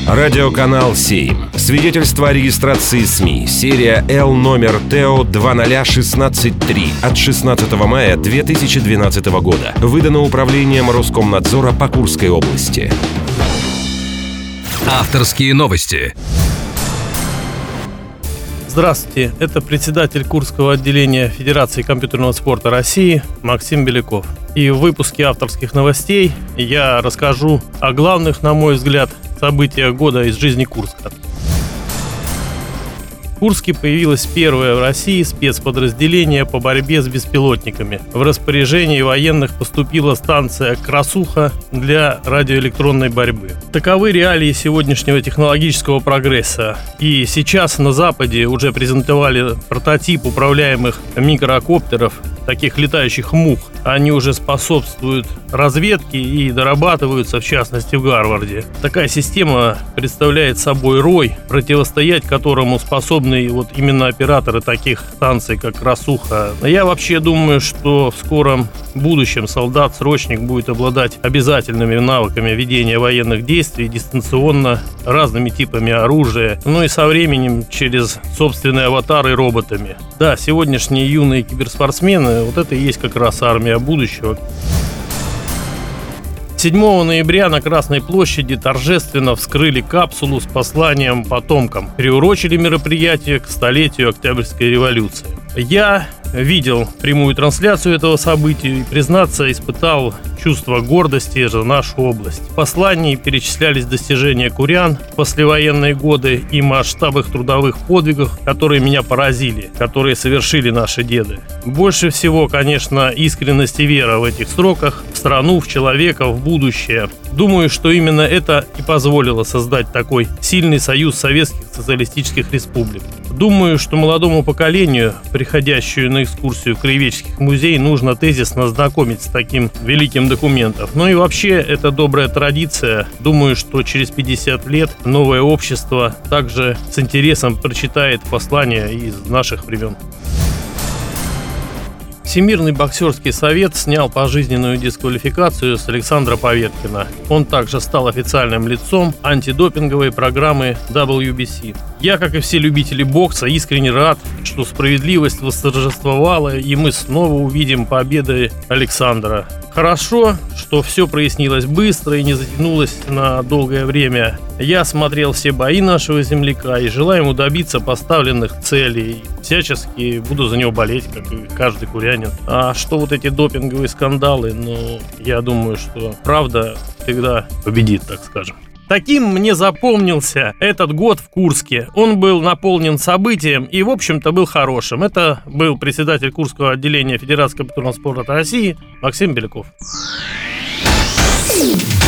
Радиоканал 7. Свидетельство о регистрации СМИ. Серия Л номер ТЭО 20163 от 16 мая 2012 года. Выдано Управлением Роскомнадзора по Курской области. Авторские новости. Здравствуйте, это председатель Курского отделения Федерации компьютерного спорта России Максим Беляков. И в выпуске авторских новостей я расскажу о главных, на мой взгляд, событиях года из жизни Курска. В Курске появилось первое в России спецподразделение по борьбе с беспилотниками. В распоряжении военных поступила станция «Красуха» для радиоэлектронной борьбы. Таковы реалии сегодняшнего технологического прогресса. И сейчас на Западе уже презентовали прототип управляемых микрокоптеров, таких летающих мух. Они уже способствуют разведке и дорабатываются, в частности, в Гарварде. Такая система представляет собой рой, противостоять которому способны именно операторы таких станций, как «Красуха». Я вообще думаю, что в скором будущем солдат-срочник будет обладать обязательными навыками ведения военных действий дистанционно, разными типами оружия, и со временем через собственные аватары роботами. Да, сегодняшние юные киберспортсмены, это и есть как раз армия будущего. 7 ноября на Красной площади торжественно вскрыли капсулу с посланием потомкам. Приурочили мероприятие к столетию Октябрьской революции. Я видел прямую трансляцию этого события и, признаться, испытал чувство гордости за нашу область. В послании перечислялись достижения курян в послевоенные годы и масштаб их трудовых подвигов, которые меня поразили, которые совершили наши деды. Больше всего, конечно, искренность и вера в этих строках, в страну, в человека, в будущее. Думаю, что именно это и позволило создать такой сильный союз советских социалистических республик. Думаю, что молодому поколению, приходящему на экскурсию в Краеведческий музей, нужно тезисно знакомить с таким великим документом. И вообще, это добрая традиция. Думаю, что через 50 лет новое общество также с интересом прочитает послания из наших времен. Всемирный боксерский совет снял пожизненную дисквалификацию с Александра Поветкина. Он также стал официальным лицом антидопинговой программы WBC. Я, как и все любители бокса, искренне рад, что справедливость восторжествовала, и мы снова увидим победы Александра. Хорошо, что все прояснилось быстро и не затянулось на долгое время. Я смотрел все бои нашего земляка и желаю ему добиться поставленных целей. Всячески буду за него болеть, как и каждый курянин. А что эти допинговые скандалы, я думаю, что правда всегда победит, так скажем. Таким мне запомнился этот год в Курске. Он был наполнен событием и, в общем-то, был хорошим. Это был председатель Курского отделения Федерации компьютерного спорта России Максим Беляков.